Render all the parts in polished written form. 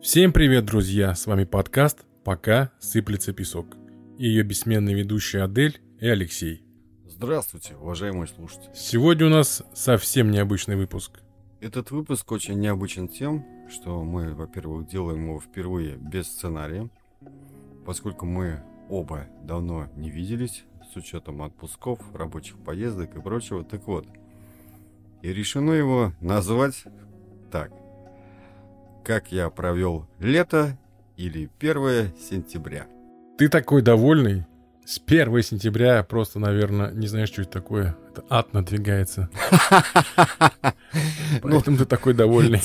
Всем привет, друзья! С вами подкаст «Пока сыплется песок» и ее бессменные ведущие Адель и Алексей. Здравствуйте, уважаемые слушатели. Сегодня у нас совсем необычный выпуск. Этот выпуск очень необычен тем, что мы, во-первых, делаем его впервые без сценария, поскольку мы оба давно не виделись, с учетом отпусков, рабочих поездок и прочего. Так вот, и решено его назвать так: «Как я провел лето» или «1 сентября». Ты такой довольный? С 1 сентября просто, наверное, не знаешь, что это такое. Это ад надвигается. Поэтому ты такой довольный.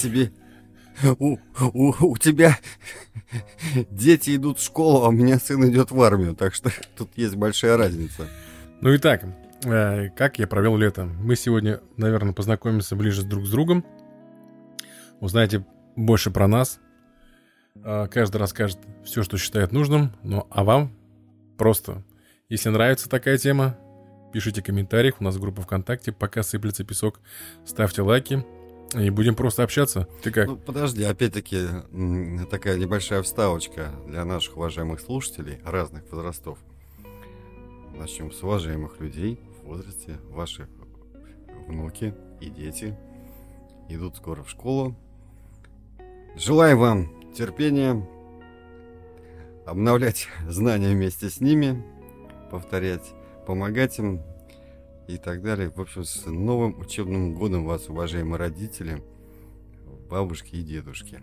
У тебя дети идут в школу, а у меня сын идет в армию, так что тут есть большая разница. Ну и так, как я провел лето? Мы сегодня, наверное, познакомимся ближе друг с другом. Узнаете больше про нас. Каждый расскажет все, что считает нужным. Ну а вам просто, если нравится такая тема, пишите в комментариях. У нас группа ВКонтакте «Пока сыплется песок». Ставьте лайки. И будем просто общаться. Ты как? Ну, подожди, опять-таки, такая небольшая вставочка для наших уважаемых слушателей разных возрастов. Начнем с уважаемых людей в возрасте. Ваши внуки и дети идут скоро в школу. Желаю вам терпения, обновлять знания вместе с ними, повторять, помогать им и так далее. В общем, с новым учебным годом вас, уважаемые родители, бабушки и дедушки.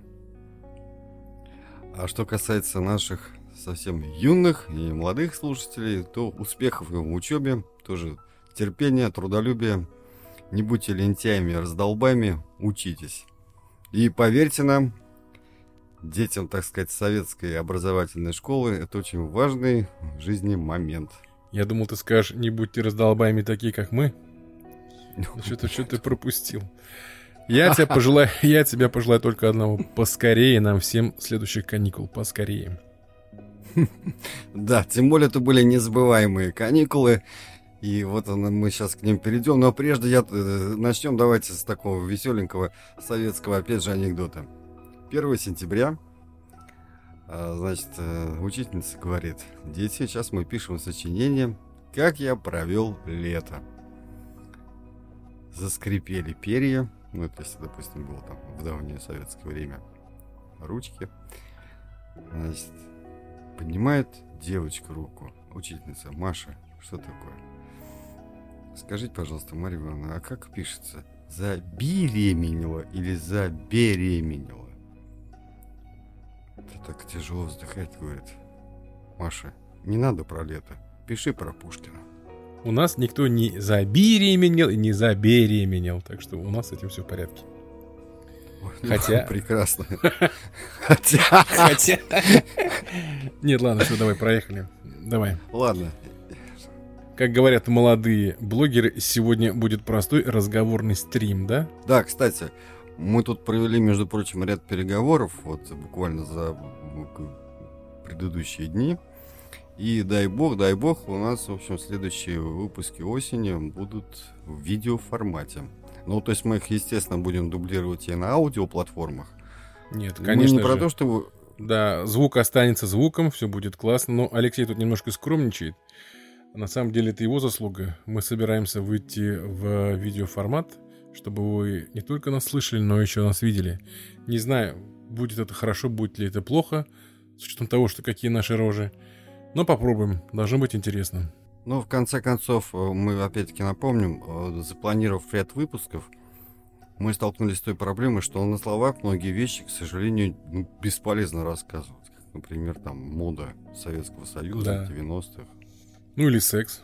А что касается наших совсем юных и молодых слушателей, то успехов им в учебе, тоже терпения, трудолюбия. Не будьте лентяями, раздолбами, учитесь. И поверьте нам, детям, так сказать, советской образовательной школы, это очень важный в жизни момент. Я думал, ты скажешь, не будьте раздолбаями такие, как мы. Что ты пропустил? Я тебя пожелаю только одного: поскорее нам всем следующих каникул, поскорее. Да, тем более это были незабываемые каникулы. И вот мы сейчас к ним перейдем. Но прежде начнем давайте с такого веселенького советского, опять же, анекдота. 1 сентября, значит, учительница говорит: дети, сейчас мы пишем сочинение «Как я провел лето». Заскрипели перья, ну это если, допустим, было там в давнее советское время, ручки. Значит, поднимает девочка руку. Учительница: Маша, что такое? Скажите, пожалуйста, Марья Ивановна, а как пишется? Забеременела или забеременела? Это так тяжело вздыхать, говорит: Маша, не надо про лето, пиши про Пушкина. У нас никто не забеременел и не забеременел, так что у нас с этим все в порядке. Хотя... Прекрасно. Хотя... Нет, ладно, все, давай, проехали. Давай. Ладно. Как говорят молодые блогеры, сегодня будет простой разговорный стрим, да? Да, кстати, мы тут провели, между прочим, ряд переговоров, вот буквально за предыдущие дни. И дай бог, у нас, в общем, следующие выпуски осенью будут в видеоформате. Ну, то есть мы их, естественно, будем дублировать и на аудиоплатформах. Нет, конечно мы не про же. то, что... Да, звук останется звуком, все будет классно. Но Алексей тут немножко скромничает. На самом деле это его заслуга. Мы собираемся выйти в видеоформат, чтобы вы не только нас слышали, но еще нас видели. Не знаю, будет это хорошо, будет ли это плохо, с учетом того, что какие наши рожи. Но попробуем, должно быть интересно. Ну, в конце концов, мы опять-таки напомним, запланировав ряд выпусков, мы столкнулись с той проблемой, что на словах многие вещи, к сожалению, бесполезно рассказывать. Как, например, там мода Советского Союза, 90-х. Ну или секс.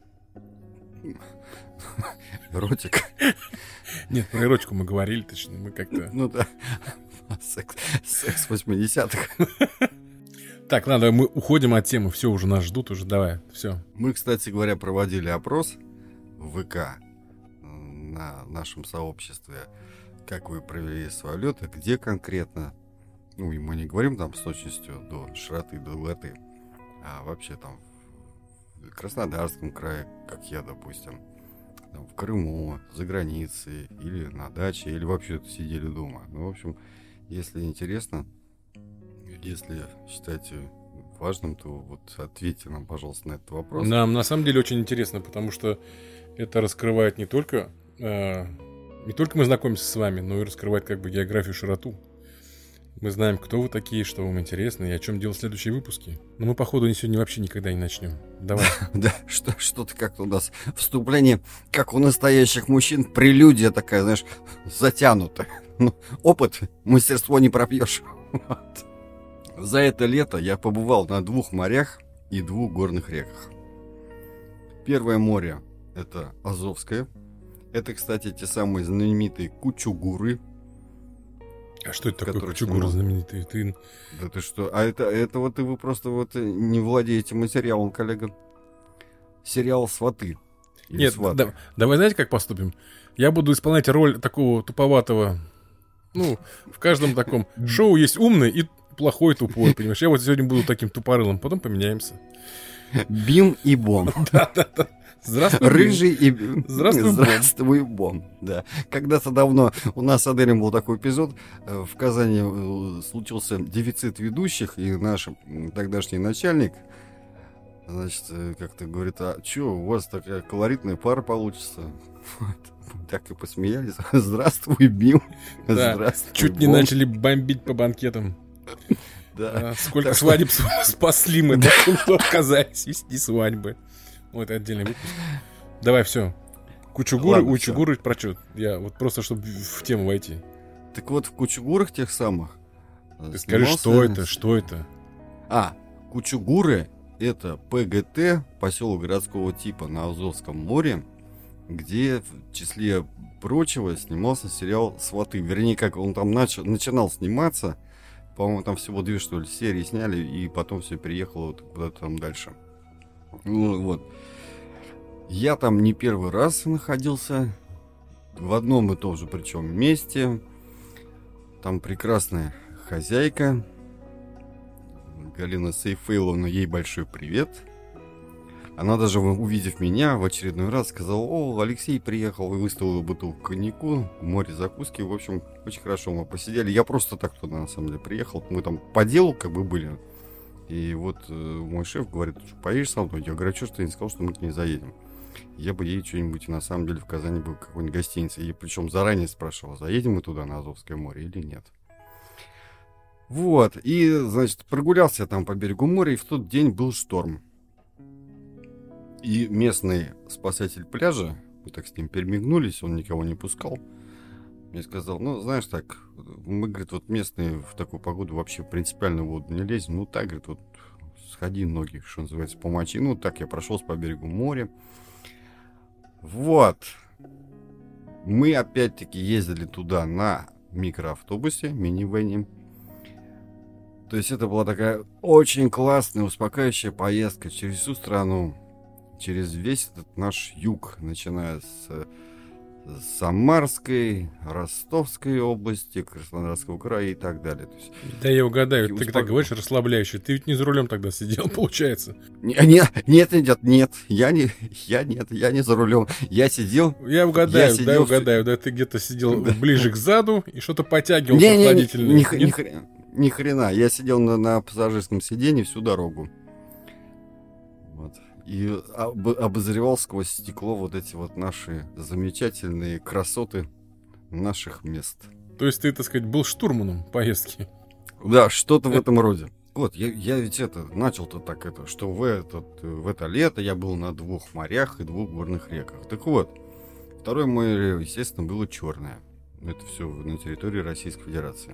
Эротика. Нет, про эротику мы говорили, точно, мы как-то... Ну да, секс 80-х. Так, ладно, мы уходим от темы, все, уже нас ждут, уже давай, все. Мы, кстати говоря, проводили опрос в ВК на нашем сообществе, как вы провели свое лето, где конкретно. Ну, и мы не говорим там с точностью до широты, до долготы, а вообще там в Краснодарском крае, как я, допустим, там, в Крыму, за границей, или на даче, или вообще сидели дома. Ну, в общем, если интересно, Если считаете важным, то вот ответьте нам, пожалуйста, на этот вопрос. Нам на самом деле очень интересно, потому что это раскрывает не только мы знакомимся с вами, но и раскрывает как бы географию, широту. Мы знаем, кто вы такие, что вам интересно и о чем делать следующие выпуски. Но мы, походу, сегодня вообще никогда не начнем. Давай. Да, что-то как-то у нас вступление, как у настоящих мужчин, прелюдия такая, знаешь, затянутая. Ну, опыт, мастерство не пропьешь. Вот. За это лето я побывал на 2 морях и 2 горных реках. Первое море — это Азовское. Это, кстати, те самые знаменитые Кучугуры. А что это такое Кучугуры знаменитые? Да ты что? А это вот вы просто вот не владеете материалом, коллега. Сериал «Сваты». Нет, давай знаете, как поступим? Я буду исполнять роль такого туповатого. Ну, в каждом таком шоу есть умный и плохой, тупой, понимаешь? Я вот сегодня буду таким тупорылым, потом поменяемся. Бим и Бом. Да. Здравствуй, Рыжий и... Здравствуй, Бом. Да. Когда-то давно у нас с Аделем был такой эпизод. В Казани случился дефицит ведущих, и наш тогдашний начальник, значит, как-то говорит: а что, у вас такая колоритная пара получится? Вот. Так и посмеялись. Здравствуй, Бим. Да. Здравствуй, чуть Бом. не начали бомбить по банкетам. Да. Сколько свадеб спасли мы, потому что отказались вести свадьбы. Ну, это отдельный выпуск. Давай, все. Кучугуры, Учугуры, про что? Я вот просто, чтобы в тему войти. Так вот, в Кучугурах тех самых... Ты скажи, что это? Кучугуры — это ПГТ, поселок городского типа на Азовском море, где в числе прочего снимался сериал «Сваты». Вернее, как он там начинал сниматься. По-моему, там всего 2, что ли, серии сняли, и потом все переехало вот куда-то там дальше. Ну вот. Я там не первый раз находился. В одном и том же, причем, месте. Там прекрасная хозяйка Галина Сейфейловна, ей большой привет. Она даже, увидев меня, в очередной раз сказала: о, Алексей приехал, и выставила бутылку коньяку, море закуски. В общем, очень хорошо мы посидели. Я просто так туда, на самом деле, приехал. Мы там по делу как бы были. И вот мой шеф говорит: что, поедешь со мной? Я говорю: а что ж ты не сказал, что мы к ней заедем? Я бы ей что-нибудь, на самом деле, в Казани бы какой-нибудь гостинице. И причем заранее спрашивал, заедем мы туда, на Азовское море, или нет. Вот, и, значит, прогулялся я там по берегу моря, и в тот день был шторм. И местный спасатель пляжа, мы так с ним перемигнулись, он никого не пускал. Мне сказал: ну, знаешь, так, мы, говорит, вот местные в такую погоду вообще принципиально в воду не лезем. Ну, так, говорит, вот сходи ноги, что называется, помочи. Ну, так я прошелся по берегу моря. Вот. Мы опять-таки ездили туда на микроавтобусе, минивэне. То есть это была такая очень классная, успокаивающая поездка через всю страну, через весь этот наш юг, начиная с Самарской, Ростовской области, Краснодарского края и так далее. То есть, да я угадаю, ты так говоришь расслабляюще. Ты ведь не за рулем тогда сидел, получается. Нет, я не за рулем. Я сидел. Я угадаю, да, ты где-то сидел ближе к заду и что-то потягивал охладительное. Ни хрена. Я сидел на пассажирском сиденье всю дорогу. Вот. И обозревал сквозь стекло вот эти вот наши замечательные красоты наших мест. То есть ты, так сказать, был штурманом поездки? Да, что-то в этом роде. Вот, я ведь начал-то так что в это лето я был на 2 морях и 2 горных реках. Так вот, второе море, естественно, было Черное. Это все на территории Российской Федерации.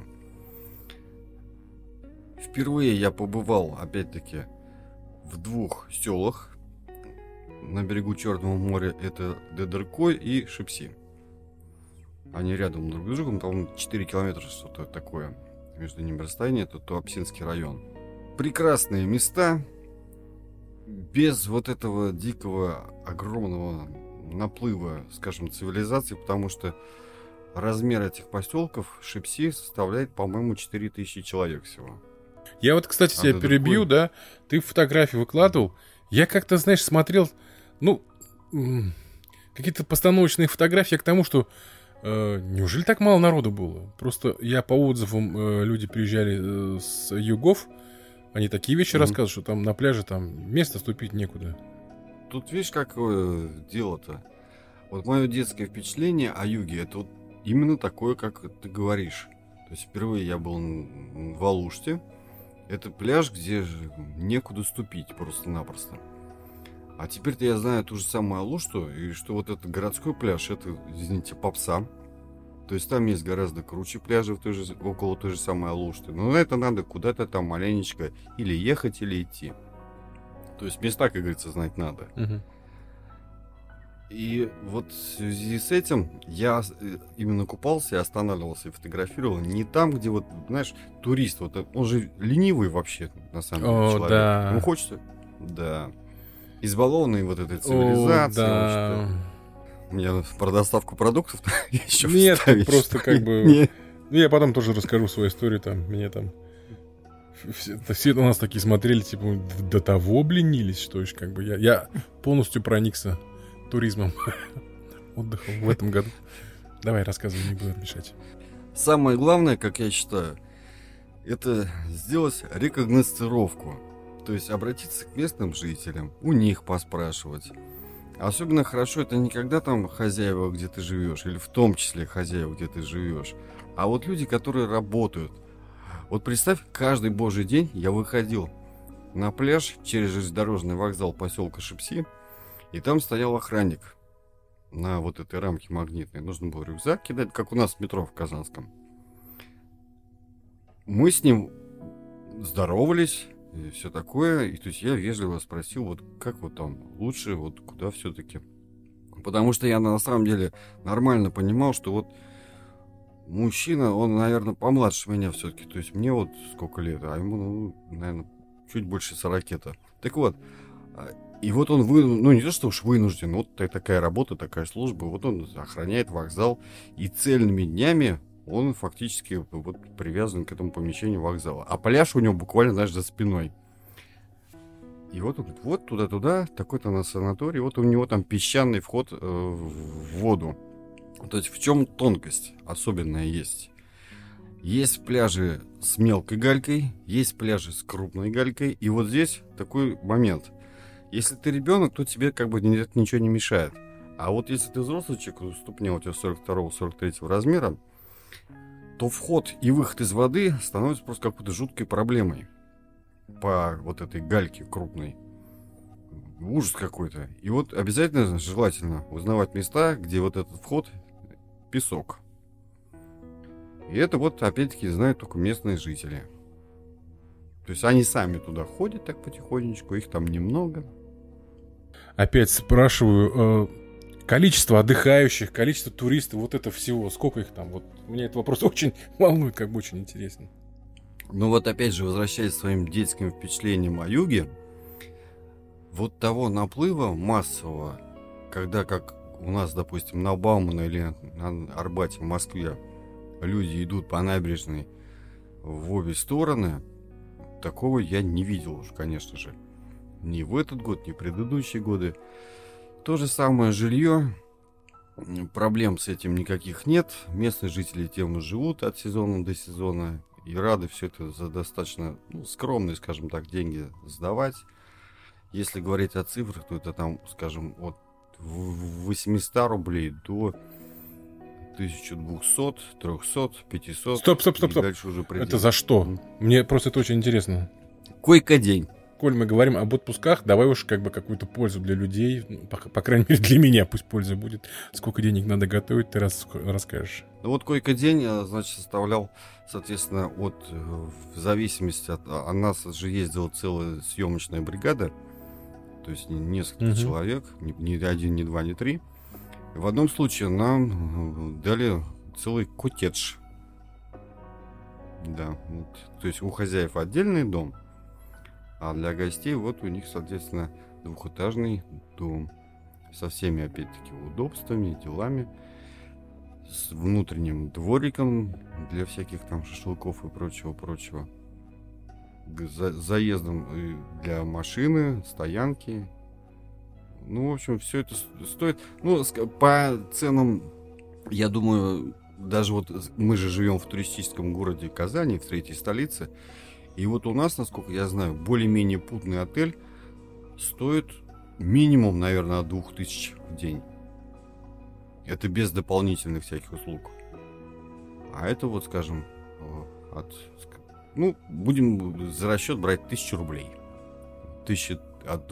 Впервые я побывал, опять-таки, в 2 селах на берегу Черного моря. Это Дедыркой и Шипси. Они рядом друг с другом, там 4 километра что-то такое между ними расстояние. Это Туапсинский район. Прекрасные места, без вот этого дикого, огромного наплыва, скажем, цивилизации, потому что размер этих поселков Шипси составляет, по-моему, 4000 человек всего. Я вот, кстати, тебя перебью, да? Ты фотографии выкладывал. Я как-то, знаешь, смотрел, какие-то постановочные фотографии к тому, что Неужели так мало народу было? Просто я по отзывам, люди приезжали с югов, они такие вещи рассказывают, что там на пляже там места ступить некуда. Тут видишь, какое дело-то. Вот мое детское впечатление о юге, это вот именно такое, как ты говоришь. То есть впервые я был в Алуште. Это пляж, где некуда ступить просто-напросто. А теперь-то я знаю ту же самую Алушту, и что вот этот городской пляж, это, извините, попса. То есть там есть гораздо круче пляжи около той же самой Алушты. Но на это надо куда-то там маленечко или ехать, или идти. То есть места, как говорится, знать надо. Угу. И вот в связи с этим я именно купался, останавливался и фотографировал не там, где вот, знаешь, турист, вот он же ленивый вообще, на самом деле, человек. Да. Ему хочется, да, избалованный вот этой цивилизацией. Да. Мне про доставку продуктов еще нет, вставить, просто как бы... Ну, я потом тоже расскажу свою историю, там, меня там... Все на нас такие смотрели, типа, до того обленились, что ж, как бы я полностью проникся туризмом, отдыхом в этом году. Давай, рассказывай, не буду мешать. Самое главное, как я считаю, это сделать рекогностировку. То есть обратиться к местным жителям, у них поспрашивать. Особенно хорошо это не когда там хозяева, где ты живешь, или в том числе хозяева, где ты живешь, а вот люди, которые работают. Вот представь, каждый божий день я выходил на пляж через железнодорожный вокзал поселка Шипси, и там стоял охранник на вот этой рамке магнитной. Нужно было рюкзак кидать, как у нас в метро в Казанском. Мы с ним здоровались и все такое. И то есть я вежливо спросил, вот как вот там лучше, вот куда все-таки. Потому что я на самом деле нормально понимал, что вот мужчина, он, наверное, помладше меня все-таки. То есть мне вот сколько лет, а ему, ну, наверное, чуть больше 40-то. Так вот, и вот он, ну не то что уж вынужден, вот такая работа, такая служба, вот он охраняет вокзал, и цельными днями он фактически вот привязан к этому помещению вокзала. А пляж у него буквально, знаешь, за спиной. И вот он говорит, вот туда-туда, такой-то на санаторий, вот у него там песчаный вход в воду. То есть в чем тонкость особенная есть? Есть пляжи с мелкой галькой, есть пляжи с крупной галькой, и вот здесь такой момент. Если ты ребенок, то тебе как бы ничего не мешает. А вот если ты взрослый человек, ступня у тебя 42-43 размера, то вход и выход из воды становится просто какой-то жуткой проблемой. По вот этой гальке крупной. Ужас какой-то. И вот обязательно, желательно узнавать места, где вот этот вход песок. И это вот, опять-таки, знают только местные жители. То есть они сами туда ходят так потихонечку, их там немного. Опять спрашиваю, количество отдыхающих, количество туристов, вот это всего, сколько их там? Вот меня этот вопрос очень волнует, как бы очень интересно. Ну вот опять же, возвращаясь к своим детским впечатлениям о юге, вот того наплыва массового, когда как у нас, допустим, на Баумана или на Арбате в Москве люди идут по набережной в обе стороны, такого я не видел уж, конечно же. Ни в этот год, ни в предыдущие годы. То же самое жилье. Проблем с этим никаких нет. Местные жители тем и живут от сезона до сезона. И рады все это за достаточно скромные, скажем так, деньги сдавать. Если говорить о цифрах, то это там, скажем, от 800 рублей до 1200, 300, 500. Стоп. Дальше уже предел. Это за что? Мне просто это очень интересно. Койко-день. Коль мы говорим об отпусках, давай уж как бы какую-то пользу для людей, по крайней мере для меня пусть польза будет. Сколько денег надо готовить, ты расскажешь. Ну вот койко-день, значит, составлял, соответственно, в зависимости от нас же ездила целая съемочная бригада, то есть несколько человек, ни один, ни два, ни три. И в одном случае нам дали целый коттедж. Да, вот. То есть у хозяев отдельный дом, а для гостей вот у них, соответственно, двухэтажный дом со всеми, опять-таки, удобствами, делами, с внутренним двориком для всяких там шашлыков и прочего. Заездом для машины, стоянки. Ну, в общем, все это стоит. Ну, по ценам Я думаю, даже вот мы же живем в туристическом городе Казани, в третьей столице. И вот у нас, насколько я знаю, более-менее путный отель стоит минимум, наверное, от 2000 в день. Это без дополнительных всяких услуг. А это вот, скажем, будем за расчет брать 1000 рублей. 1000 от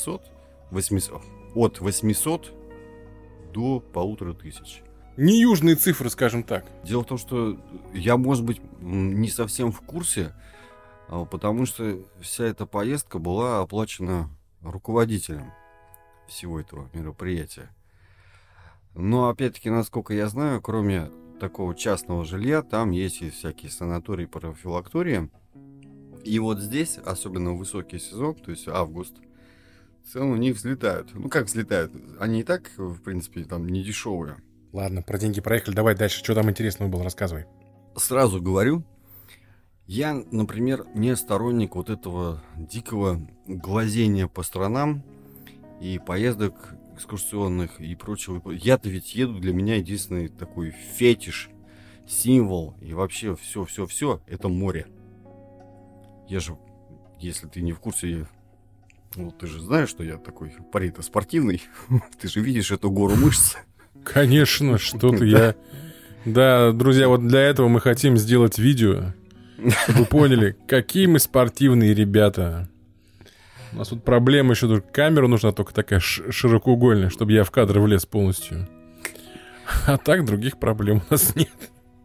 800 до 1500. Не южные цифры, скажем так. Дело в том, что я, может быть, не совсем в курсе, потому что вся эта поездка была оплачена руководителем всего этого мероприятия. Но, опять-таки, насколько я знаю, кроме такого частного жилья, там есть и всякие санатории, профилактории. И вот здесь, особенно в высокий сезон, то есть август, цены у них взлетают. Ну, как взлетают? Они и так, в принципе, там не дешевые. Ладно, про деньги проехали. Давай дальше. Что там интересного было? Рассказывай. Сразу говорю, я, например, не сторонник вот этого дикого глазения по странам и поездок экскурсионных и прочего. Я-то ведь еду, для меня единственный такой фетиш, символ и вообще все это море. Я же, если ты не в курсе, ты же знаешь, что я такой парень-то спортивный. Ты же видишь эту гору мышц. Конечно, что-то я... Да, друзья, вот для этого мы хотим сделать видео, чтобы вы поняли, какие мы спортивные ребята. У нас тут проблема еще, только камера нужна только такая широкоугольная, чтобы я в кадр влез полностью. А так других проблем у нас нет.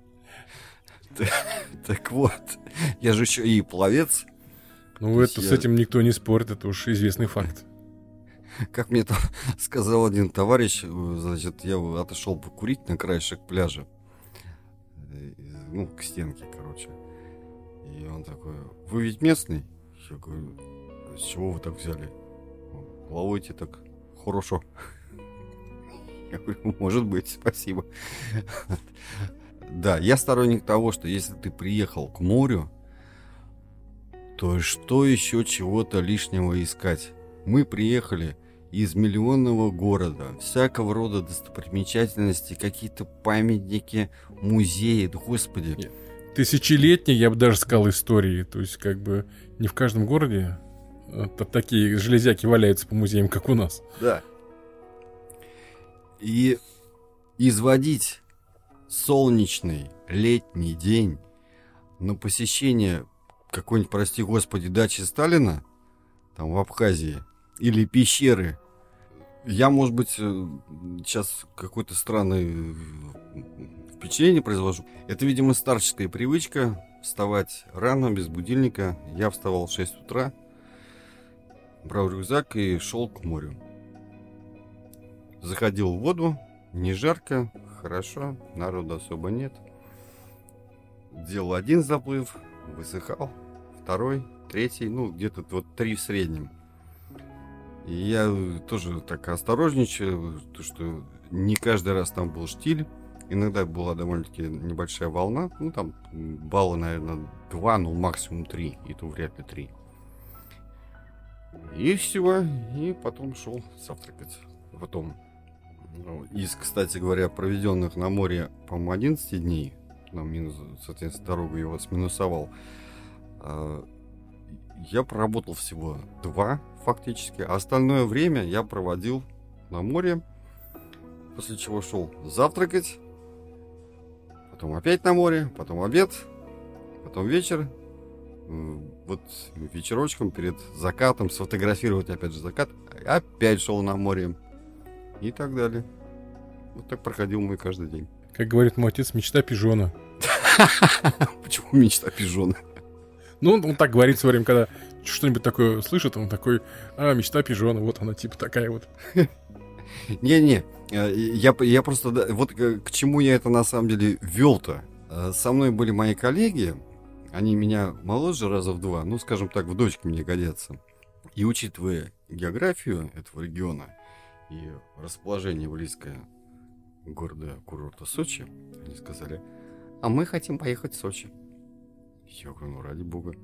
Так вот, я же еще и пловец. Ну, это с этим никто не спорит, это уж известный факт. Как мне там сказал один товарищ, значит, я отошел покурить на краешек пляжа. К стенке, короче. И он такой: вы ведь местный? Я говорю: с чего вы так взяли? Плавайте так хорошо. Я говорю: может быть, спасибо. Да, я сторонник того, что если ты приехал к морю, то что еще чего-то лишнего искать? Мы приехали из миллионного города, всякого рода достопримечательности, какие-то памятники, музеи, да господи. Тысячелетние, я бы даже сказал, истории. То есть, как бы, не в каждом городе такие железяки валяются по музеям, как у нас. Да. И изводить солнечный летний день на посещение какой-нибудь, прости господи, дачи Сталина, там в Абхазии, или пещеры. Я, может быть, сейчас какое-то странное впечатление произвожу. Это, видимо, старческая привычка вставать рано, без будильника. Я вставал в 6 утра, брал рюкзак и шел к морю. Заходил в воду, не жарко, хорошо, народу особо нет. Делал один заплыв, высыхал, второй, третий, где-то вот 3 в среднем. И я тоже так осторожничаю, то что не каждый раз там был штиль. Иногда была довольно-таки небольшая волна. Там балла, наверное, 2, максимум 3. И то вряд ли 3. И все. И потом шел завтракать. Потом из, кстати говоря, проведенных на море, по-моему, 11 дней, минус, соответственно, дорогу его сминусовал, я проработал всего 2 фактически, а остальное время я проводил на море, после чего шел завтракать, потом опять на море, потом обед, потом вечер, вот вечерочком перед закатом сфотографировать опять же закат, опять шел на море и так далее. Вот так проходил мой каждый день. Как говорит мой отец, мечта пижона. Почему мечта пижона? Он так говорит все время, когда что-нибудь такое слышит, он такой: мечта пижона, вот она, типа такая вот. Не-не, я просто, вот к чему я это на самом деле вел-то. Со мной были мои коллеги, они меня моложе раза в 2, скажем так, в дочке мне годятся. И учитывая географию этого региона и расположение близкое города-курорта Сочи, они сказали: а мы хотим поехать в Сочи. Я говорю: ради бога.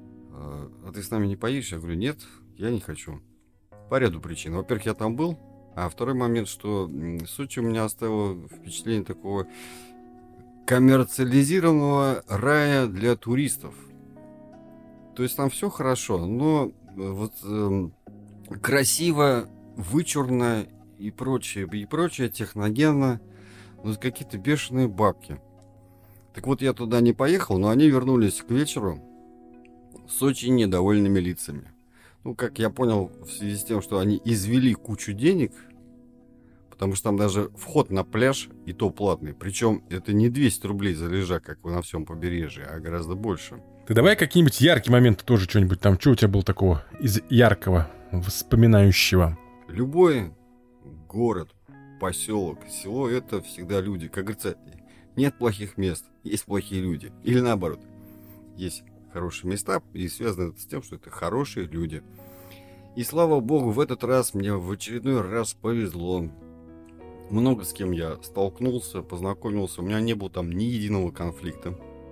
А ты с нами не поедешь? Я говорю: нет, я не хочу. По ряду причин. Во-первых, я там был А второй момент, что Сочи у меня оставило впечатление такого коммерциализированного рая для туристов. То есть там все хорошо, но вот красиво, вычурно и прочее техногенно, вот какие-то бешеные бабки. Так вот, я туда не поехал, но они вернулись к вечеру с очень недовольными лицами. Ну, как я понял, в связи с тем, что они извели кучу денег, потому что там даже вход на пляж и то платный. Причем это не 200 рублей за лежак, как на всем побережье, а гораздо больше. Ты давай какие-нибудь яркие моменты тоже что-нибудь там. Что у тебя было такого из яркого, вспоминающего? Любой город, поселок, село — это всегда люди. Как говорится, нет плохих мест, есть плохие люди. Или наоборот, есть хорошие места, и связано это с тем, что это хорошие люди. И слава богу, в этот раз мне в очередной раз повезло. Много с кем я столкнулся, познакомился. У меня не было там ни единого конфликта.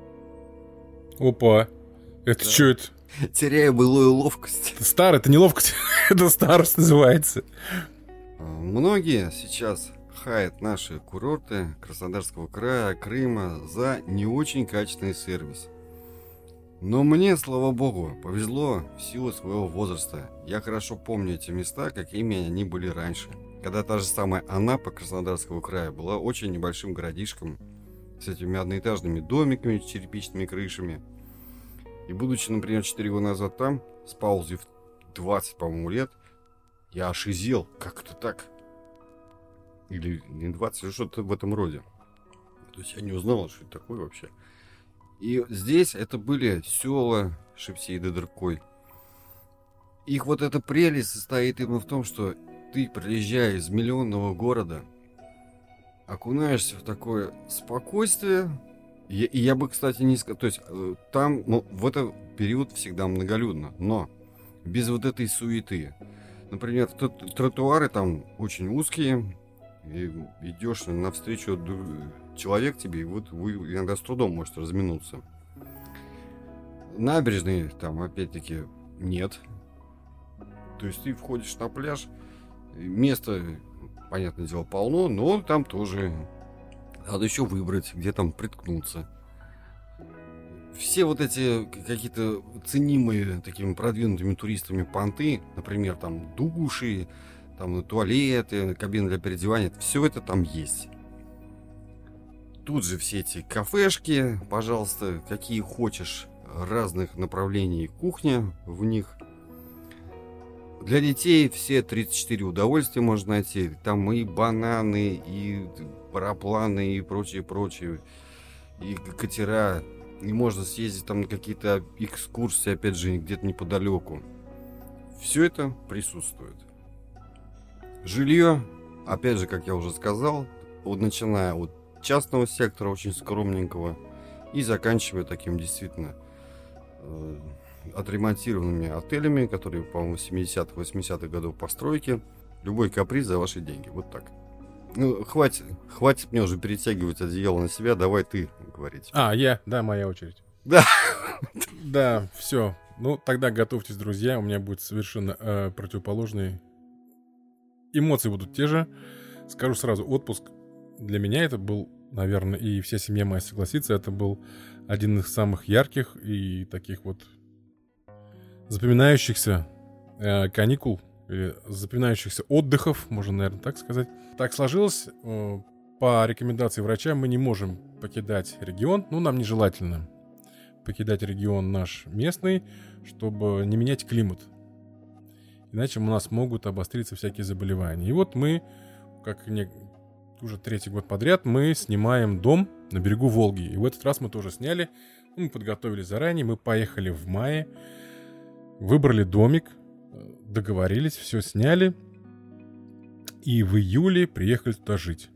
Опа. Это Да. что это? Теряя былую ловкость. Это не ловкость, это старость называется. Многие сейчас хаят наши курорты Краснодарского края, Крыма за не очень качественный сервис. Но мне, слава богу, повезло в силу своего возраста. Я хорошо помню эти места, какими они были раньше. Когда та же самая Анапа Краснодарского края была очень небольшим городишком с этими одноэтажными домиками, с черепичными крышами. И будучи, например, 4 года назад там, с паузой в 20, по-моему, лет, я ошизел. Как это так? Или не 20, что-то в этом роде. То есть я не узнал, что это такое вообще. И здесь это были села Шипсей да Дыркой. Их вот эта прелесть состоит именно в том, что ты, приезжая из миллионного города, окунаешься в такое спокойствие. И я бы, кстати, не сказал... То есть там в этот период всегда многолюдно, но без вот этой суеты. Например, тротуары там очень узкие, и идешь навстречу человек тебе, и вот вы иногда с трудом можете разминуться. Набережной там, опять-таки, нет. То есть ты входишь на пляж, места, понятное дело, полно, но там тоже надо еще выбрать, где там приткнуться. Все вот эти какие-то ценимые такими продвинутыми туристами понты, например, там души, там туалеты, кабины для переодевания, все это там есть. Тут же все эти кафешки, пожалуйста, какие хочешь, разных направлений кухня в них. Для детей все 34 удовольствия можно найти. Там и бананы, и парапланы, и прочее. И катера. И можно съездить там на какие-то экскурсии, опять же, где-то неподалеку. Все это присутствует. Жилье, опять же, как я уже сказал, вот начиная от частного сектора, очень скромненького, и заканчивая таким действительно отремонтированными отелями, которые, по-моему, 70-х, 80-х годов постройки. Любой каприз за ваши деньги. Вот так. Ну, хватит мне уже перетягивать одеяло на себя, давай ты говорить. Да, моя очередь. Да. Да, все. Ну, тогда готовьтесь, друзья, у меня будет совершенно противоположный. Эмоции будут те же. Скажу сразу, отпуск для меня это был, наверное, и вся семья моя согласится, это был один из самых ярких и таких вот запоминающихся каникул, или запоминающихся отдыхов, можно, наверное, так сказать. Так сложилось, по рекомендации врача мы не можем покидать регион, нам нежелательно покидать регион наш местный, чтобы не менять климат. Иначе у нас могут обостриться всякие заболевания. И вот мы, уже 3-й год подряд, мы снимаем дом на берегу Волги. И в этот раз мы тоже сняли. Мы подготовились заранее, мы поехали в мае, выбрали домик, договорились, все сняли. И в июле приехали туда жить.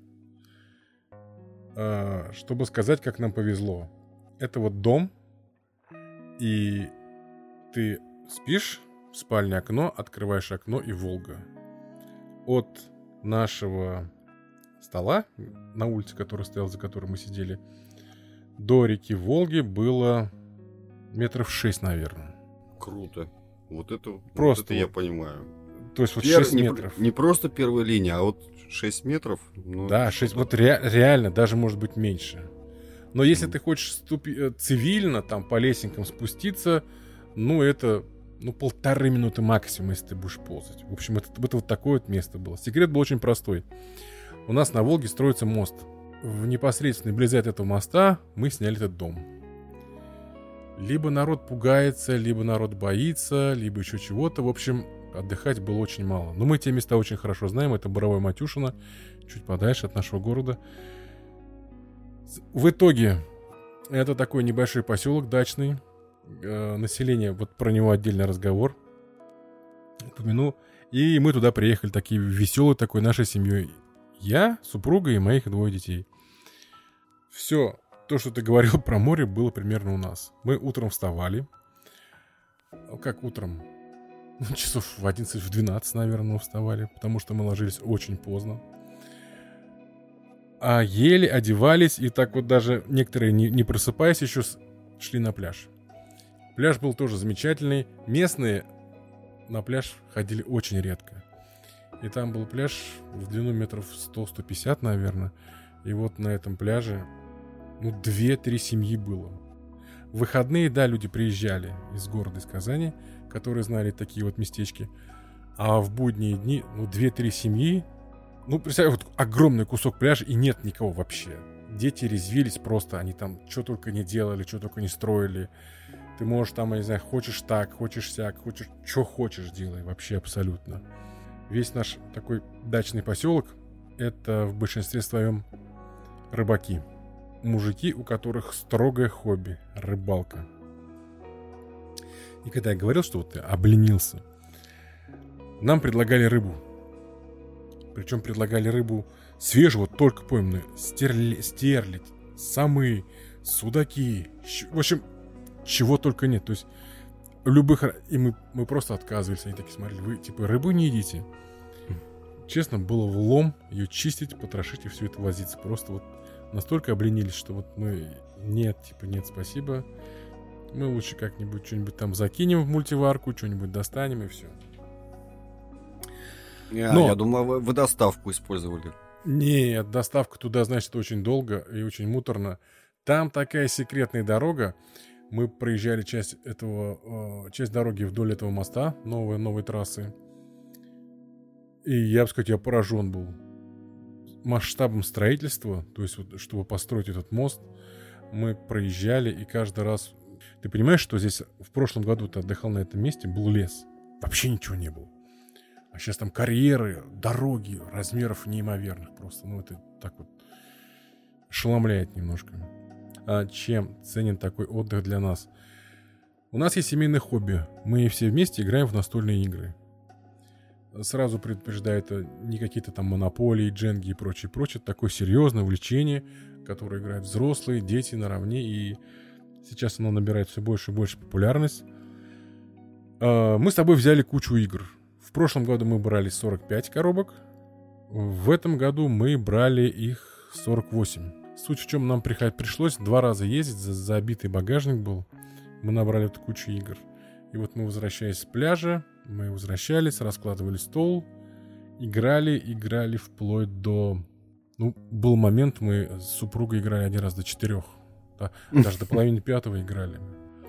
Чтобы сказать, как нам повезло. Это вот дом, и ты спишь, в спальне окно, открываешь окно и Волга. От нашего стола на улице, который стоял, за которым мы сидели, до реки Волги было 6 метров, наверное. Круто. Вот это Просто я понимаю. То есть вот 6 не, метров. Не просто первая линия, а вот 6 метров. Ну, да, 6, вот реально, даже может быть меньше. Но если ты хочешь цивильно там по лесенкам спуститься, ну это 1,5 минуты максимум, если ты будешь ползать. В общем, это вот такое вот место было. Секрет был очень простой. У нас на Волге строится мост. В непосредственной близи от этого моста мы сняли этот дом. Либо народ пугается, либо народ боится, либо еще чего-то. В общем, отдыхать было очень мало. Но мы те места очень хорошо знаем. Это Боровое Матюшино, чуть подальше от нашего города. В итоге, это такой небольшой поселок дачный. Население, вот про него отдельный разговор. Упомяну. И мы туда приехали такие веселые такой нашей семьей. Я, супруга и моих 2 детей. Все, то, что ты говорил про море, было примерно у нас. Мы утром вставали. Как утром? Часов в 11, в 12, наверное, мы вставали. Потому что мы ложились очень поздно. А ели, одевались. И так вот даже некоторые, не просыпаясь, еще шли на пляж. Пляж был тоже замечательный. Местные на пляж ходили очень редко. И там был пляж в длину метров 100-150, наверное. И вот на этом пляже 2-3 семьи было. В выходные, да, люди приезжали из города, из Казани, которые знали такие вот местечки. А в будние дни, 2-3 семьи. Представь, вот огромный кусок пляжа, и нет никого вообще. Дети резвились просто, они там что только не делали, что только не строили. Ты можешь там, я не знаю, хочешь так, хочешь сяк, хочешь, что хочешь делай, вообще абсолютно. Весь наш такой дачный поселок — это в большинстве своем рыбаки. Мужики, у которых строгое хобби — рыбалка. И когда я говорил, что вот ты обленился, нам предлагали рыбу. Причем предлагали рыбу свежего, только пойманную. Стерлядь, самы, судаки. В общем, чего только нет. То есть любых... И мы просто отказывались. Они такие смотрели: вы типа рыбу не едите? Честно, было влом ее чистить, потрошить и все это возиться. Просто вот настолько обленились, что вот мы... Нет, спасибо. Мы лучше как-нибудь что-нибудь там закинем в мультиварку, что-нибудь достанем и все. Я думал, вы доставку использовали. Нет, доставка туда, значит, очень долго и очень муторно. Там такая секретная дорога. Мы проезжали часть дороги вдоль этого моста, новой трассы. И я бы сказать, я поражен был масштабом строительства. То есть, вот, чтобы построить этот мост, мы проезжали, и каждый раз... Ты понимаешь, что здесь в прошлом году ты отдыхал на этом месте, был лес. Вообще ничего не было. А сейчас там карьеры, дороги размеров неимоверных просто. Это так вот ошеломляет немножко. А чем ценен такой отдых для нас? У нас есть семейное хобби. Мы все вместе играем в настольные игры. Сразу предупреждаю, это не какие-то там монополии, дженги и прочее. Такое серьезное увлечение, которое играют взрослые, дети наравне. И сейчас оно набирает все больше и больше популярность. Мы с тобой взяли кучу игр. В прошлом году мы брали 45 коробок. В этом году мы брали их 48. Суть в чем, нам пришлось 2 раза ездить, забитый багажник был. Мы набрали эту кучу игр. И вот мы, возвращаясь с пляжа, мы возвращались, раскладывали стол, играли вплоть до... был момент, мы с супругой играли 1 раз до 4. Да, даже до половины 5 играли.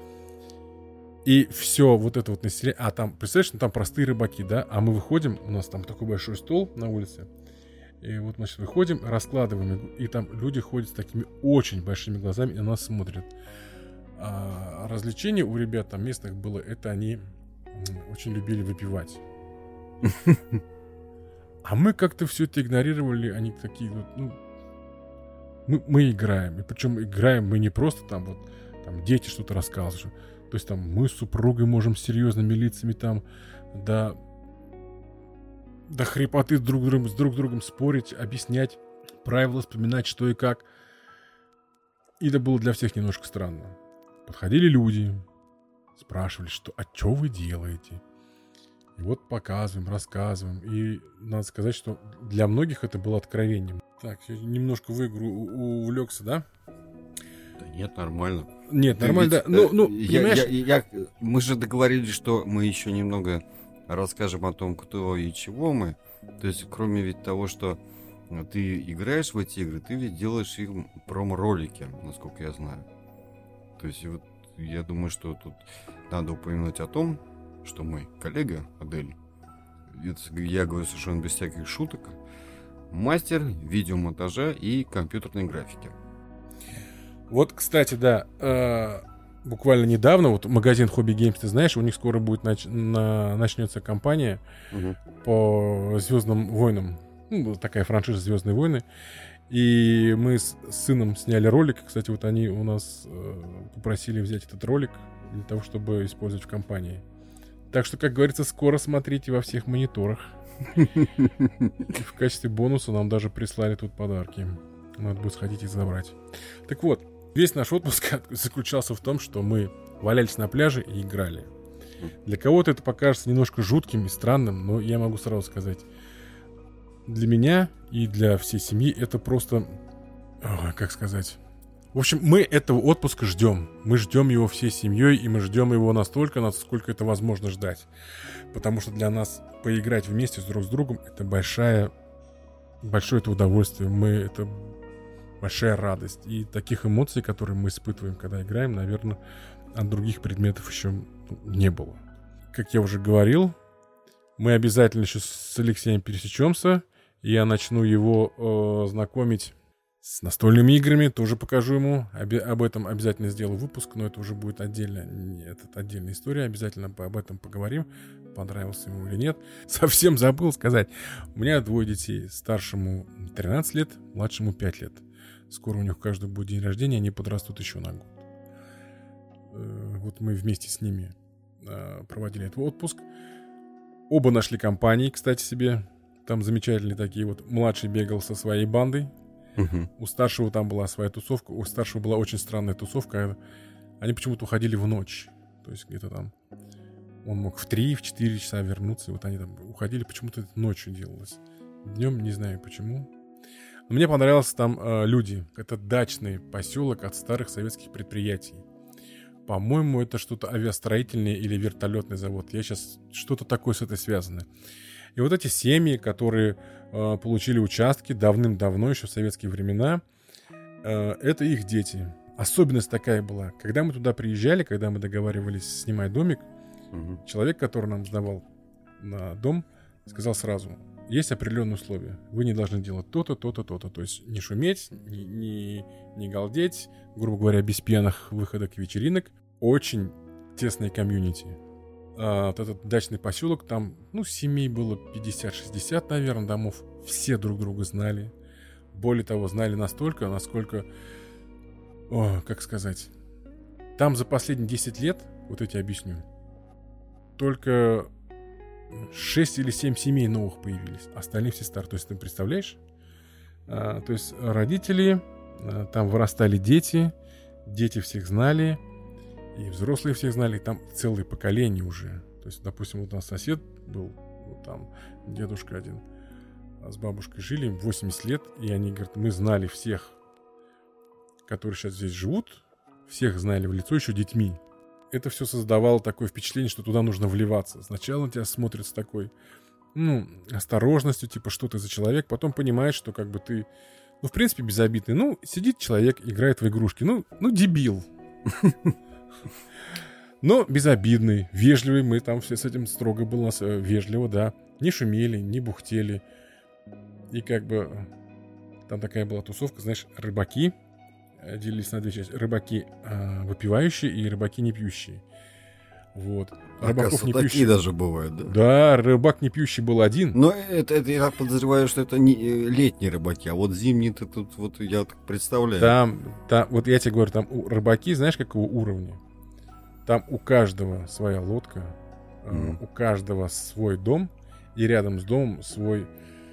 И все вот это вот население... А там, представляешь, там простые рыбаки, да? А мы выходим, у нас там такой большой стол на улице. И вот мы сейчас выходим, раскладываем, и там люди ходят с такими очень большими глазами и на нас смотрят. А развлечение у ребят там местных было, это они очень любили выпивать. А мы как-то все это игнорировали, они такие вот, мы играем. И причем играем мы не просто там дети что-то рассказывают. То есть там мы с супругой можем с серьезными лицами там до хрипоты с друг другом спорить, объяснять правила, вспоминать, что и как. И это было для всех немножко странно. Подходили люди, спрашивали, что вы делаете? И вот показываем, рассказываем. И надо сказать, что для многих это было откровением. Так, я немножко в игру увлекся, да? Да нет, нормально. Нет, нормально, да. Понимаешь? Мы же договорились, что мы еще немного расскажем о том, кто и чего мы. То есть, кроме ведь того, что ты играешь в эти игры, ты ведь делаешь им промо-ролики, насколько я знаю. То есть, вот я думаю, что тут надо упомянуть о том, что мой коллега Адель, я говорю совершенно без всяких шуток, мастер видеомонтажа и компьютерной графики. Вот, кстати, да, буквально недавно, вот магазин Hobby Games, ты знаешь, у них скоро будет начнется кампания по Звездным войнам. Ну, такая франшиза Звездные войны. И мы с сыном сняли ролик. Кстати, вот они у нас попросили взять этот ролик для того, чтобы использовать в кампании. Так что, как говорится, скоро смотрите во всех мониторах. И в качестве бонуса нам даже прислали тут подарки. Надо будет сходить и забрать. Так вот, весь наш отпуск заключался в том, что мы валялись на пляже и играли. Для кого-то это покажется немножко жутким и странным, но я могу сразу сказать, для меня и для всей семьи это просто... как сказать... В общем, мы этого отпуска ждем. Мы ждем его всей семьей, и мы ждем его настолько, насколько это возможно ждать. Потому что для нас поиграть вместе друг с другом это большое это удовольствие. Это большая радость. И таких эмоций, которые мы испытываем, когда играем, наверное, от других предметов еще не было. Как я уже говорил, мы обязательно еще с Алексеем пересечемся. И я начну его знакомить с настольными играми. Тоже покажу ему. Об этом обязательно сделаю выпуск, но это уже будет отдельная история. Обязательно об этом поговорим. Понравился ему или нет. Совсем забыл сказать. У меня 2 детей. Старшему 13 лет, младшему 5 лет. Скоро у них каждый будет день рождения, они подрастут еще на год. Вот мы вместе с ними проводили этот отпуск. Оба нашли компании, кстати, себе. Там замечательные такие вот. Младший бегал со своей бандой. У старшего там была своя тусовка. У старшего была очень странная тусовка. Они почему-то уходили в ночь. То есть где-то там он мог в 3-4 часа вернуться. И вот они там уходили. Почему-то это ночью делалось. Днем не знаю почему. Но мне понравилось там люди. Это дачный поселок от старых советских предприятий. По-моему, это что-то авиастроительное или вертолетный завод. Я сейчас что-то такое с этой связано. И вот эти семьи, которые получили участки давным-давно, еще в советские времена, это их дети. Особенность такая была. Когда мы туда приезжали, когда мы договаривались снимать домик, человек, который нам сдавал на дом, сказал сразу: есть определенные условия. Вы не должны делать то-то, то-то, то-то. То есть не шуметь, не галдеть, грубо говоря, без пьяных выходок и вечеринок. Очень тесное комьюнити. Вот этот дачный поселок, там, семей было 50-60, наверное, домов. Все друг друга знали. Более того, знали настолько, насколько... как сказать... Там за последние 10 лет, вот эти объясню, только 6 или 7 семей новых появились. Остальные все старые. То есть ты представляешь? То есть родители, там вырастали дети, дети всех знали, и взрослые всех знали, и там целые поколения уже. То есть, допустим, вот у нас сосед был, вот там дедушка один, с бабушкой жили, им 80 лет, и они говорят, мы знали всех, которые сейчас здесь живут, всех знали в лицо еще детьми. Это все создавало такое впечатление, что туда нужно вливаться. Сначала на тебя смотрят с такой, осторожностью, типа, что ты за человек, потом понимаешь, что как бы ты, в принципе, безобидный. Сидит человек, играет в игрушки, дебил. Но безобидный, вежливый. Мы там все с этим строго было у нас вежливо, да. Не шумели, не бухтели. И как бы там такая была тусовка, знаешь, рыбаки делились на 2 части. Рыбаки выпивающие и рыбаки не пьющие. Вот. Рыбаков не пьющие даже бывают, да? Да, рыбак не пьющий был один. Но это я подозреваю, что это не летние рыбаки, а вот зимние-то тут вот я так представляю. Там, вот я тебе говорю, там рыбаки, знаешь, какого уровня? Там у каждого своя лодка, у каждого свой дом, и рядом с домом свой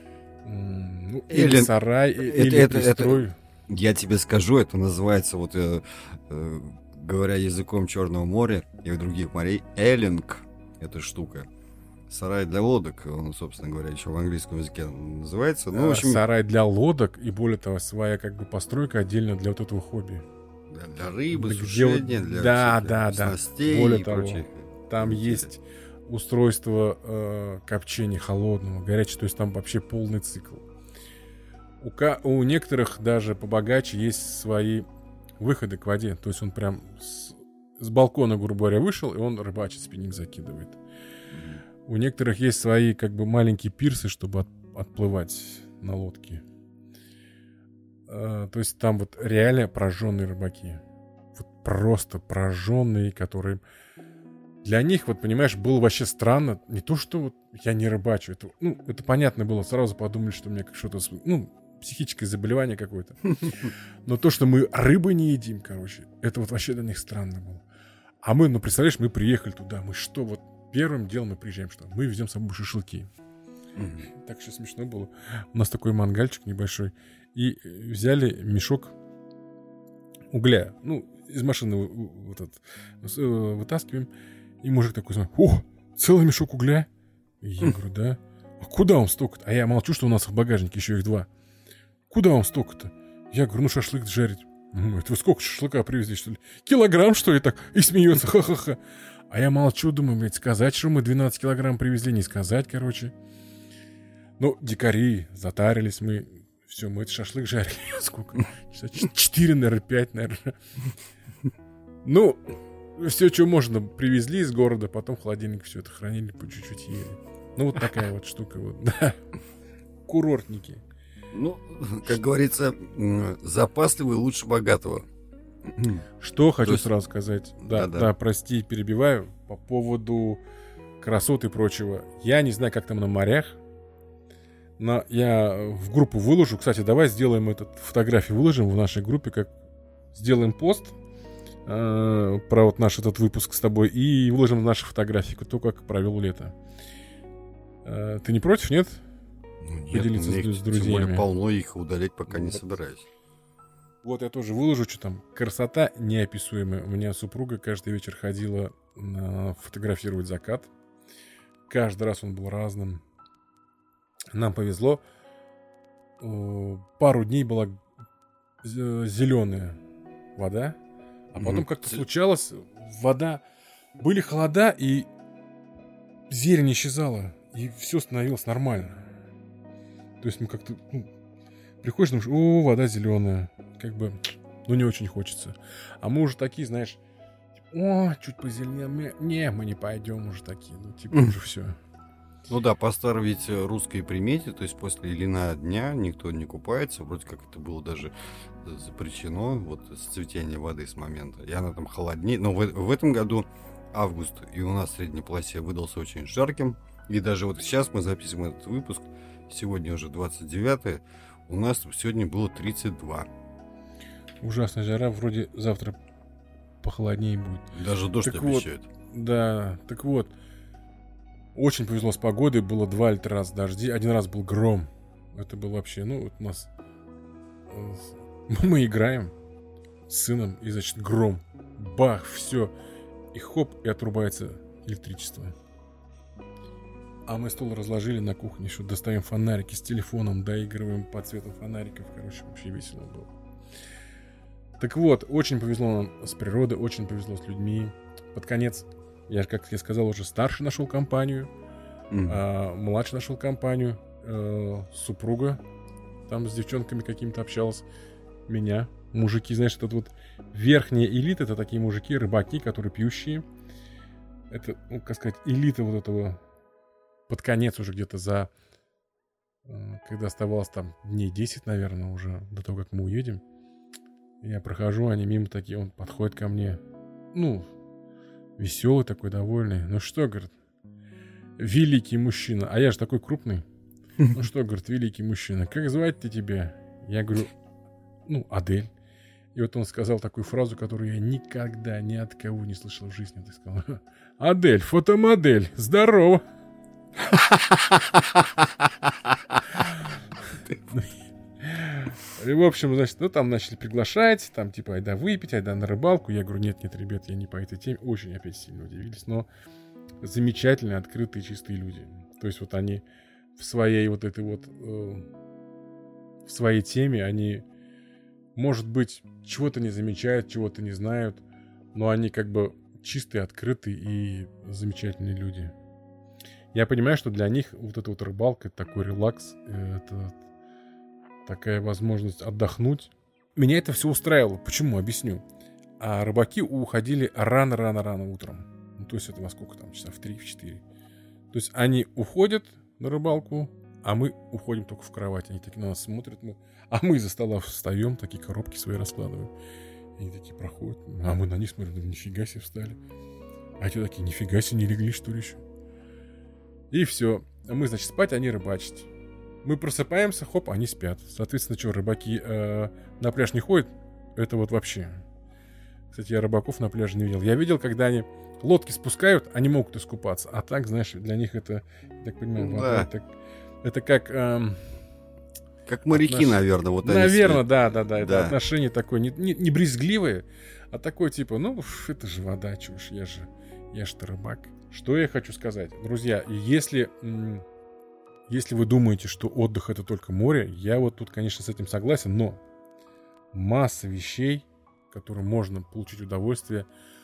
или сарай, или пристрой. Я тебе скажу, это называется, говоря языком Черного моря и других морей, эллинг, эта штука. Сарай для лодок, он, собственно говоря, еще в английском языке называется. В общем... Сарай для лодок, и более того, своя как бы постройка отдельно для вот этого хобби. Для рыбы, сушения, для снастей. Более того, там есть устройство копчения холодного, горячего, то есть там вообще полный цикл. У некоторых даже побогаче есть свои выходы к воде, то есть он прям с балкона, грубо говоря, вышел, и он рыбачит, спиннинг закидывает. У некоторых есть свои как бы маленькие пирсы, чтобы отплывать на лодке. То есть там вот реально прожженные рыбаки. Вот просто прожженные, которые... Для них, вот понимаешь, было вообще странно. Не то, что вот я не рыбачу. Это понятно было. Сразу подумали, что у меня что-то... психическое заболевание какое-то. Но то, что мы рыбы не едим, короче, это вот вообще для них странно было. А мы, представляешь, мы приехали туда. Мы что, вот первым делом мы приезжаем, что мы везем с собой шашлыки. Так что смешно было. У нас такой мангальчик небольшой. И взяли мешок угля. Из машины вытаскиваем. И мужик такой смотрит: о, целый мешок угля? И я говорю: да. А куда вам столько-то? А я молчу, что у нас в багажнике еще их 2. Куда вам столько-то? Я говорю: шашлык жарить. Это вы сколько шашлыка привезли, что ли? Килограмм, что ли, так? И смеется, ха-ха-ха. А я молчу, думаю, блядь, сказать, что мы 12 килограмм привезли, не сказать, короче. Дикари, затарились мы. Все, мы этот шашлык жарили. Сколько? 4, наверное, 5, наверное. Все, что можно, привезли из города, потом в холодильник все это хранили, по чуть-чуть ели. Вот такая вот штука, вот, да. Курортники. Как говорится, запасливый лучше богатого. Что хочу сразу сказать. Да, прости, перебиваю. По поводу красот и прочего. Я не знаю, как там на морях. Но я в группу выложу. Кстати, давай сделаем фотографию, выложим в нашей группе, как сделаем пост про вот наш этот выпуск с тобой и выложим наши фотографии, то, как провел лето. Ты не против, нет? Нет, поделиться с друзьями. Тем более полно, их удалять пока не собираюсь. Вот я тоже выложу, что там. Красота неописуемая. У меня супруга каждый вечер ходила фотографировать закат. Каждый раз он был разным. Нам повезло. Пару дней была зеленая вода. А потом как-то случалось, вода... Были холода, и зелень исчезала. И все становилось нормально. То есть мы как-то... приходишь, думаешь: вода зеленая. Как бы, не очень хочется. А мы уже такие, знаешь... чуть позеленее. Не, мы не пойдем уже такие. Уже все. По старой ведь русской примете, то есть после Илина дня никто не купается. Вроде как это было даже запрещено, с цветения воды с момента. И она там холоднее. Но в этом году август и у нас в средней полосе выдался очень жарким. И даже сейчас мы записываем этот выпуск. Сегодня уже 29-е. У нас сегодня было 32. Ужасная жара. Вроде завтра похолоднее будет. Даже дождь обещают. Да, так вот. Очень повезло с погодой. Было 2 или 3 раза дожди. 1 раз был гром. Это был вообще... у нас... Мы играем с сыном, и, значит, гром. Бах, все. И хоп, и отрубается электричество. А мы стол разложили на кухне, еще достаем фонарики с телефоном, доигрываем по цвету фонариков. Короче, вообще весело было. Так вот, очень повезло нам с природой, очень повезло с людьми. Под конец, как я сказал, уже старший нашел компанию, младший нашел компанию, супруга там с девчонками какими-то общалась, меня. Мужики, знаешь, это вот верхняя элита, это такие мужики, рыбаки, которые пьющие. Это, как сказать, элита вот этого под конец уже где-то когда оставалось там дней 10, наверное, уже до того, как мы уедем. Я прохожу, они мимо такие, он подходит ко мне. Веселый такой, довольный. Что, говорит, великий мужчина. А я же такой крупный. Что, говорит, великий мужчина. Как звать-то тебя? Я говорю, Адель. И вот он сказал такую фразу, которую я никогда ни от кого не слышал в жизни. Он сказал: Адель, фотомодель, здорово. И, в общем, значит, там начали приглашать, там, типа, айда выпить, айда на рыбалку. Я говорю: нет, ребят, я не по этой теме. Очень опять сильно удивились, но замечательные, открытые, чистые люди. То есть вот они в своей вот этой вот, в своей теме, они, может быть, чего-то не замечают, чего-то не знают, но они как бы чистые, открытые и замечательные люди. Я понимаю, что для них вот эта вот рыбалка, это такой релакс, это такая возможность отдохнуть. Меня это все устраивало. Почему? Объясню. А рыбаки уходили рано-рано-рано утром. Ну, то есть это во сколько там? Часа в 3, в 4. То есть они уходят на рыбалку, а мы уходим только в кровать. Они такие на нас смотрят. А мы из-за стола встаем, такие коробки свои раскладываем. И они такие проходят. А мы на них смотрим, ну, нифига себе встали. А те такие, нифига себе, не легли, что ли, еще? И все. А мы, значит, спать, они рыбачить. Мы просыпаемся, хоп, они спят. Соответственно, что, рыбаки на пляж не ходят? Это вот вообще. Кстати, я рыбаков на пляже не видел. Я видел, когда они лодки спускают, они могут искупаться. А так, знаешь, для них это, я так понимаю, вода, это как... Как моряки, наверное. Вот наверное, да. Это отношение такое не брезгливое, а такое типа, ну, это же вода, чушь, я же рыбак. Что я хочу сказать? Друзья, если вы думаете, что отдых это только море, я вот тут, конечно, с этим согласен, но масса вещей, которые можно получить удовольствие,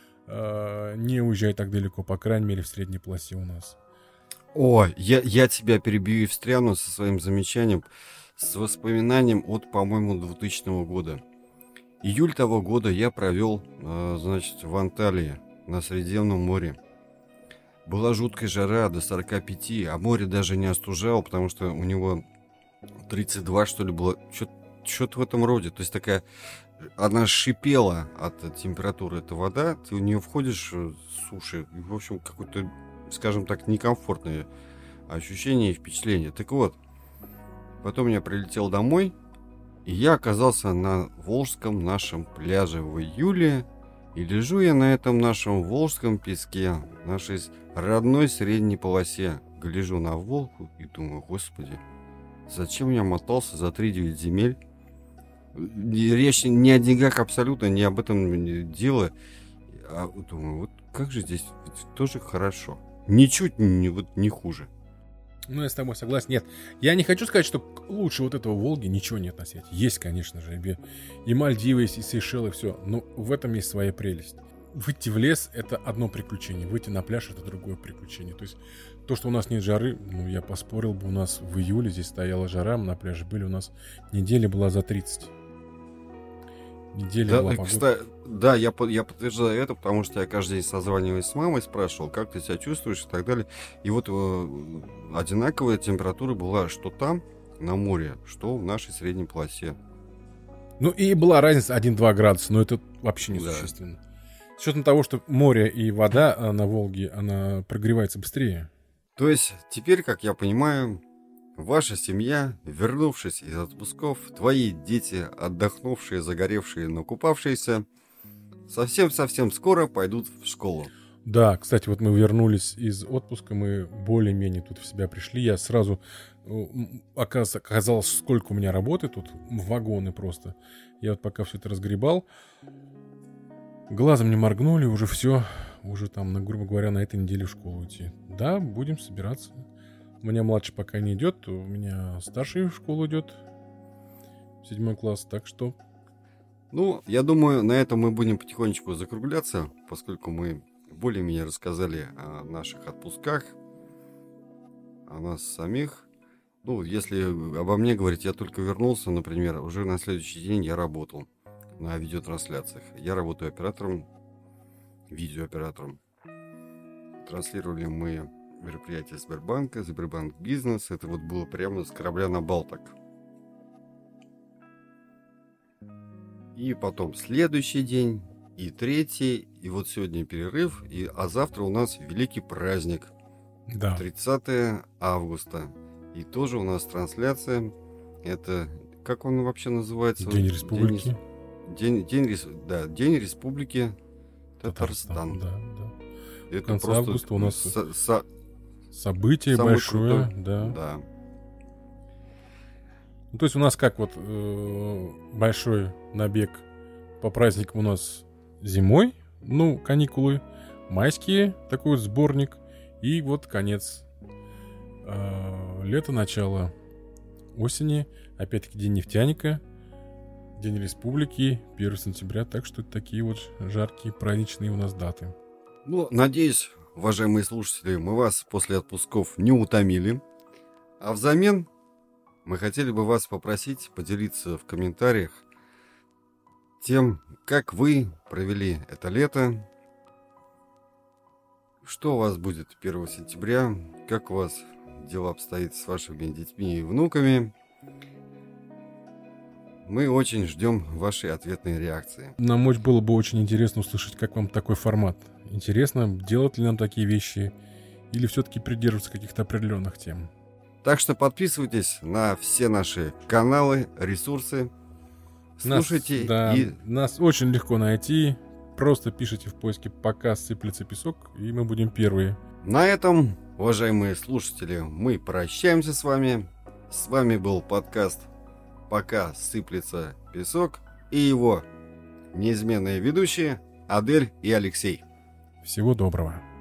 не уезжая так далеко, по крайней мере, в средней полосе у нас. О, я тебя перебью и встряну со своим замечанием, с воспоминанием от, по-моему, 2000 года. Июль того года я провел, значит, в Анталии, на Средиземном море. Была жуткая жара до 45, а море даже не остужало, потому что у него 32, что ли, было. Что-то в этом роде. То есть такая... Она шипела от температуры, эта вода. Ты в нее входишь с суши. И, в общем, какое-то, скажем так, некомфортное ощущение и впечатление. Так вот, потом я прилетел домой, и я оказался на Волжском нашем пляже в июле. И лежу я на этом нашем волжском песке, нашей родной средней полосе. Гляжу на Волгу и думаю, господи, зачем я мотался за 3-9 земель? Речь не о деньгах абсолютно, не об этом дело. А думаю, вот как же здесь тоже хорошо. Ничуть не хуже. Ну, я с тобой согласен. Нет, я не хочу сказать, что лучше вот этого Волги ничего нет на свете. Есть, конечно же, и Мальдивы есть, и Сейшелы, все. Но в этом есть своя прелесть. Выйти в лес — это одно приключение. Выйти на пляж — это другое приключение. То есть то, что у нас нет жары, ну, я поспорил бы, у нас в июле здесь стояла жара, мы на пляже были, у нас неделя была за 30. Неделя была погода. Да, я подтверждаю это, потому что я каждый день созваниваюсь с мамой, спрашивал, как ты себя чувствуешь и так далее. И вот одинаковая температура была что там, на море, что в нашей средней полосе. Ну и была разница 1-2 градуса, но это вообще несущественно. С учетом того, что море и вода на Волге, она прогревается быстрее. То есть теперь, как я понимаю, ваша семья, вернувшись из отпусков, твои дети, отдохнувшие, загоревшие, но купавшиеся, совсем-совсем скоро пойдут в школу. Да, кстати, вот мы вернулись из отпуска, мы более-менее тут в себя пришли. Я сразу, оказалось, сколько у меня работы тут, вагоны просто. Я вот пока все это разгребал, глазом не моргнули, уже все, уже там, грубо говоря, на этой неделе в школу идти. Да, будем собираться. У меня младший пока не идет, у меня старший в школу идет, в 7 класс, так что... Ну, я думаю, на этом мы будем потихонечку закругляться, поскольку мы более-менее рассказали о наших отпусках, о нас самих. Ну, если обо мне говорить, я только вернулся, например, уже на следующий день я работал на видеотрансляциях. Я работаю оператором, видеооператором. Транслировали мы мероприятие Сбербанка, Сбербанк Бизнес. Это вот было прямо с корабля на бал так. И потом следующий день, и третий, и вот сегодня перерыв, а завтра у нас великий праздник. Да. 30 августа. И тоже у нас трансляция. Это, как он вообще называется? День Республики. День Республики Татарстан. Да. Это в конце просто августа у нас событие большое. Да. Ну, то есть у нас как вот большой набег по праздникам у нас зимой, ну, каникулы, майские, такой вот сборник, и вот конец лета, начало осени, опять-таки День нефтяника, День Республики, 1 сентября, так что это такие вот жаркие праздничные у нас даты. Ну, надеюсь, уважаемые слушатели, мы вас после отпусков не утомили. А взамен мы хотели бы вас попросить поделиться в комментариях тем, как вы провели это лето, что у вас будет 1 сентября, как у вас дела обстоят с вашими детьми и внуками. Мы очень ждем вашей ответной реакции. Нам было бы очень интересно услышать, как вам такой формат. Интересно, делать ли нам такие вещи, или все-таки придерживаться каких-то определенных тем. Так что подписывайтесь на все наши каналы, ресурсы, слушайте. Нас очень легко найти. Просто пишите в поиске «Пока сыплется песок», и мы будем первые. На этом, уважаемые слушатели, мы прощаемся с вами. С вами был подкаст «Пока сыплется песок» и его неизменные ведущие Адель и Алексей. Всего доброго.